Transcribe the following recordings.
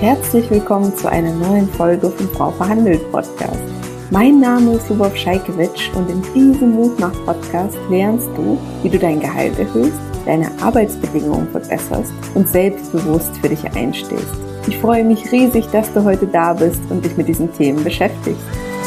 herzlich willkommen zu einer neuen Folge vom Frau verhandelt Podcast. Mein Name ist Lubov Scheikewitsch und in diesem Mutmach-Podcast lernst du, wie du dein Gehalt erhöhst, deine Arbeitsbedingungen verbesserst und selbstbewusst für dich einstehst. Ich freue mich riesig, dass du heute da bist und dich mit diesen Themen beschäftigst.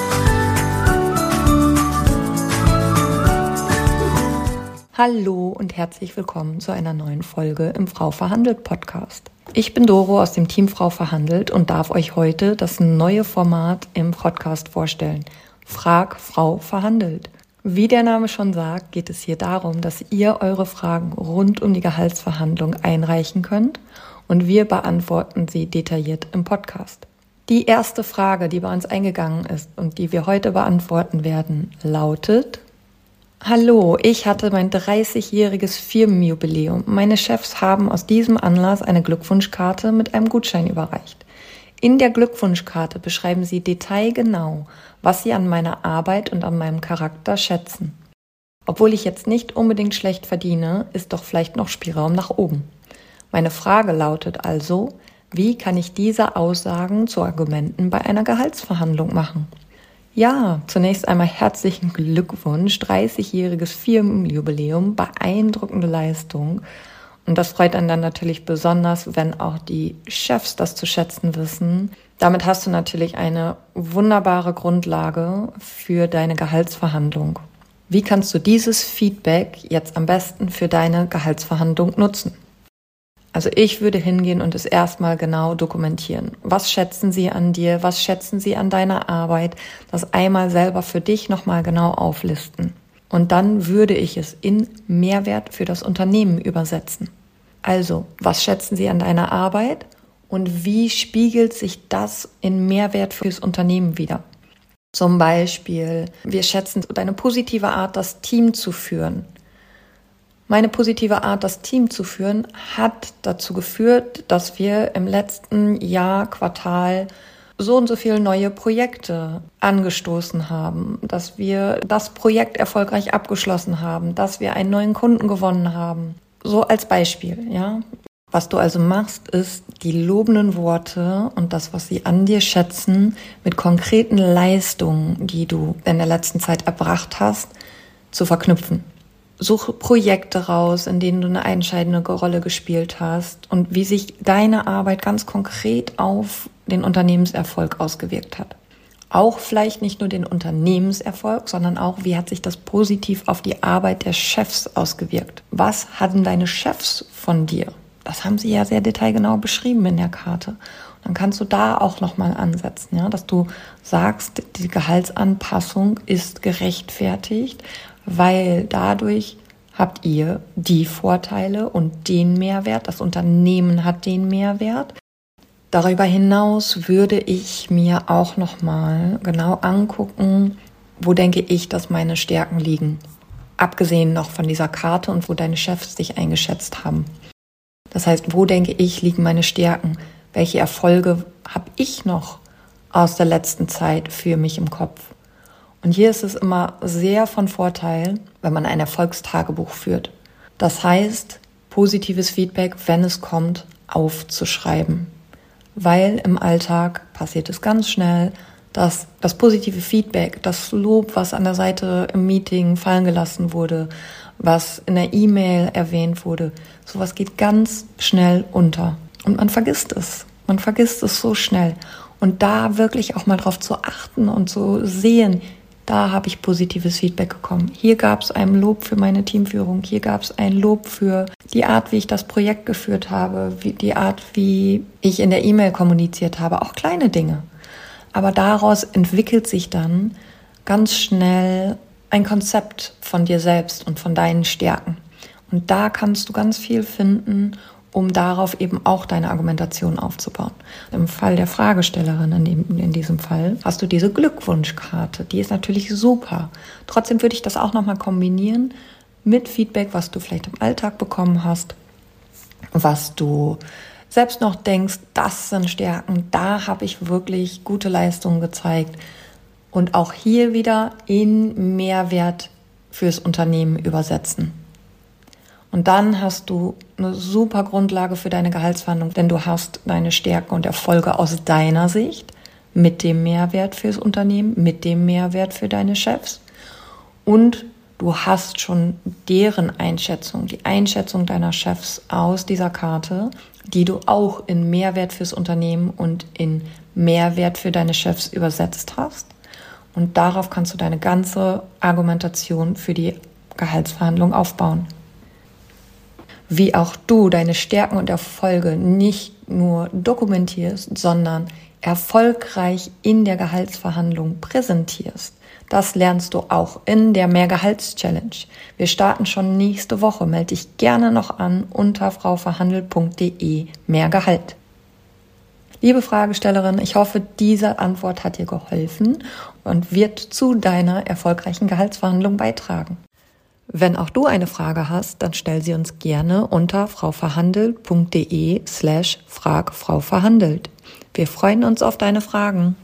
Hallo und herzlich willkommen zu einer neuen Folge im Frau verhandelt Podcast. Ich bin Doro aus dem Team Frau verhandelt und darf euch heute das neue Format im Podcast vorstellen. Frag Frau verhandelt. Wie der Name schon sagt, geht es hier darum, dass ihr eure Fragen rund um die Gehaltsverhandlung einreichen könnt und wir beantworten sie detailliert im Podcast. Die erste Frage, die bei uns eingegangen ist und die wir heute beantworten werden, lautet: Hallo, ich hatte mein 30-jähriges Firmenjubiläum. Meine Chefs haben aus diesem Anlass eine Glückwunschkarte mit einem Gutschein überreicht. In der Glückwunschkarte beschreiben sie detailgenau, was sie an meiner Arbeit und an meinem Charakter schätzen. Obwohl ich jetzt nicht unbedingt schlecht verdiene, ist doch vielleicht noch Spielraum nach oben. Meine Frage lautet also: Wie kann ich diese Aussagen zu Argumenten bei einer Gehaltsverhandlung machen? Ja, zunächst einmal herzlichen Glückwunsch, 30-jähriges Firmenjubiläum, beeindruckende Leistung. Und das freut einen dann natürlich besonders, wenn auch die Chefs das zu schätzen wissen. Damit hast du natürlich eine wunderbare Grundlage für deine Gehaltsverhandlung. Wie kannst du dieses Feedback jetzt am besten für deine Gehaltsverhandlung nutzen? Also ich würde hingehen und es erstmal genau dokumentieren. Was schätzen sie an dir? Was schätzen sie an deiner Arbeit? Das einmal selber für dich nochmal genau auflisten. Und dann würde ich es in Mehrwert für das Unternehmen übersetzen. Also, was schätzen sie an deiner Arbeit? Und wie spiegelt sich das in Mehrwert fürs Unternehmen wider? Zum Beispiel, wir schätzen deine positive Art, das Team zu führen. Meine positive Art, das Team zu führen, hat dazu geführt, dass wir im letzten Quartal so und so viele neue Projekte angestoßen haben, dass wir das Projekt erfolgreich abgeschlossen haben, dass wir einen neuen Kunden gewonnen haben. So als Beispiel, ja. Was du also machst, ist, die lobenden Worte und das, was sie an dir schätzen, mit konkreten Leistungen, die du in der letzten Zeit erbracht hast, zu verknüpfen. Suche Projekte raus, in denen du eine entscheidende Rolle gespielt hast und wie sich deine Arbeit ganz konkret auf den Unternehmenserfolg ausgewirkt hat. Auch vielleicht nicht nur den Unternehmenserfolg, sondern auch, wie hat sich das positiv auf die Arbeit der Chefs ausgewirkt? Was hatten deine Chefs von dir? Das haben sie ja sehr detailgenau beschrieben in der Karte. Und dann kannst du da auch nochmal ansetzen, ja, dass du sagst, die Gehaltsanpassung ist gerechtfertigt, weil dadurch habt ihr die Vorteile und den Mehrwert, das Unternehmen hat den Mehrwert. Darüber hinaus würde ich mir auch nochmal genau angucken, wo denke ich, dass meine Stärken liegen. Abgesehen noch von dieser Karte und wo deine Chefs dich eingeschätzt haben. Das heißt, wo denke ich, liegen meine Stärken? Welche Erfolge habe ich noch aus der letzten Zeit für mich im Kopf? Und hier ist es immer sehr von Vorteil, wenn man ein Erfolgstagebuch führt. Das heißt, positives Feedback, wenn es kommt, aufzuschreiben. Weil im Alltag passiert es ganz schnell, dass das positive Feedback, das Lob, was an der Seite im Meeting fallen gelassen wurde, was in der E-Mail erwähnt wurde, sowas geht ganz schnell unter. Und man vergisst es. Man vergisst es so schnell. Und da wirklich auch mal drauf zu achten und zu sehen, da habe ich positives Feedback bekommen. Hier gab es ein Lob für meine Teamführung. Hier gab es ein Lob für die Art, wie ich das Projekt geführt habe, die Art, wie ich in der E-Mail kommuniziert habe. Auch kleine Dinge. Aber daraus entwickelt sich dann ganz schnell ein Konzept von dir selbst und von deinen Stärken. Und da kannst du ganz viel finden, um darauf eben auch deine Argumentation aufzubauen. Im Fall der Fragestellerin in diesem Fall hast du diese Glückwunschkarte, die ist natürlich super. Trotzdem würde ich das auch nochmal kombinieren mit Feedback, was du vielleicht im Alltag bekommen hast, was du selbst noch denkst, das sind Stärken, da habe ich wirklich gute Leistungen gezeigt. Und auch hier wieder in Mehrwert fürs Unternehmen übersetzen. Und dann hast du eine super Grundlage für deine Gehaltsverhandlung, denn du hast deine Stärken und Erfolge aus deiner Sicht mit dem Mehrwert fürs Unternehmen, mit dem Mehrwert für deine Chefs und du hast schon deren Einschätzung, die Einschätzung deiner Chefs aus dieser Karte, die du auch in Mehrwert fürs Unternehmen und in Mehrwert für deine Chefs übersetzt hast. Und darauf kannst du deine ganze Argumentation für die Gehaltsverhandlung aufbauen. Wie auch du deine Stärken und Erfolge nicht nur dokumentierst, sondern erfolgreich in der Gehaltsverhandlung präsentierst. Das lernst du auch in der Mehrgehalts-Challenge. Wir starten schon nächste Woche. Melde dich gerne noch an unter frauverhandelt.de Mehrgehalt. Liebe Fragestellerin, ich hoffe, diese Antwort hat dir geholfen und wird zu deiner erfolgreichen Gehaltsverhandlung beitragen. Wenn auch du eine Frage hast, dann stell sie uns gerne unter frauverhandelt.de/fragfrauverhandelt. Wir freuen uns auf deine Fragen.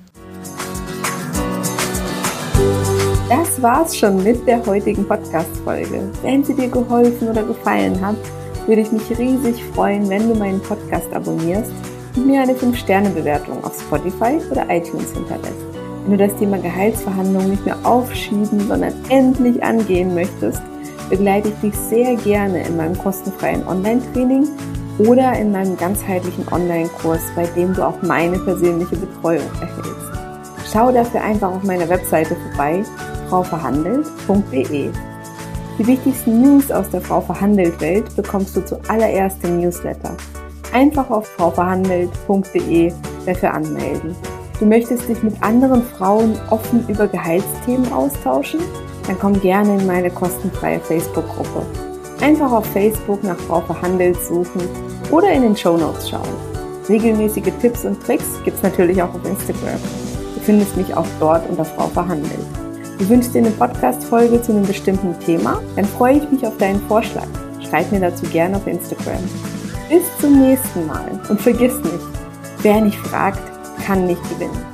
Das war's schon mit der heutigen Podcast-Folge. Wenn sie dir geholfen oder gefallen hat, würde ich mich riesig freuen, wenn du meinen Podcast abonnierst und mir eine 5-Sterne-Bewertung auf Spotify oder iTunes hinterlässt. Wenn du das Thema Gehaltsverhandlungen nicht mehr aufschieben, sondern endlich angehen möchtest, begleite ich dich sehr gerne in meinem kostenfreien Online-Training oder in meinem ganzheitlichen Online-Kurs, bei dem du auch meine persönliche Betreuung erhältst. Schau dafür einfach auf meiner Webseite vorbei, frauverhandelt.de. Die wichtigsten News aus der Frau Verhandelt Welt bekommst du zuallererst im Newsletter. Einfach auf frauverhandelt.de dafür anmelden. Du möchtest dich mit anderen Frauen offen über Gehaltsthemen austauschen? Dann komm gerne in meine kostenfreie Facebook-Gruppe. Einfach auf Facebook nach Frau Verhandelt suchen oder in den Shownotes schauen. Regelmäßige Tipps und Tricks gibt's natürlich auch auf Instagram. Du findest mich auch dort unter Frau Verhandelt. Du wünschst dir eine Podcast-Folge zu einem bestimmten Thema? Dann freue ich mich auf deinen Vorschlag. Schreib mir dazu gerne auf Instagram. Bis zum nächsten Mal und vergiss nicht, wer nicht fragt, kann nicht gewinnen.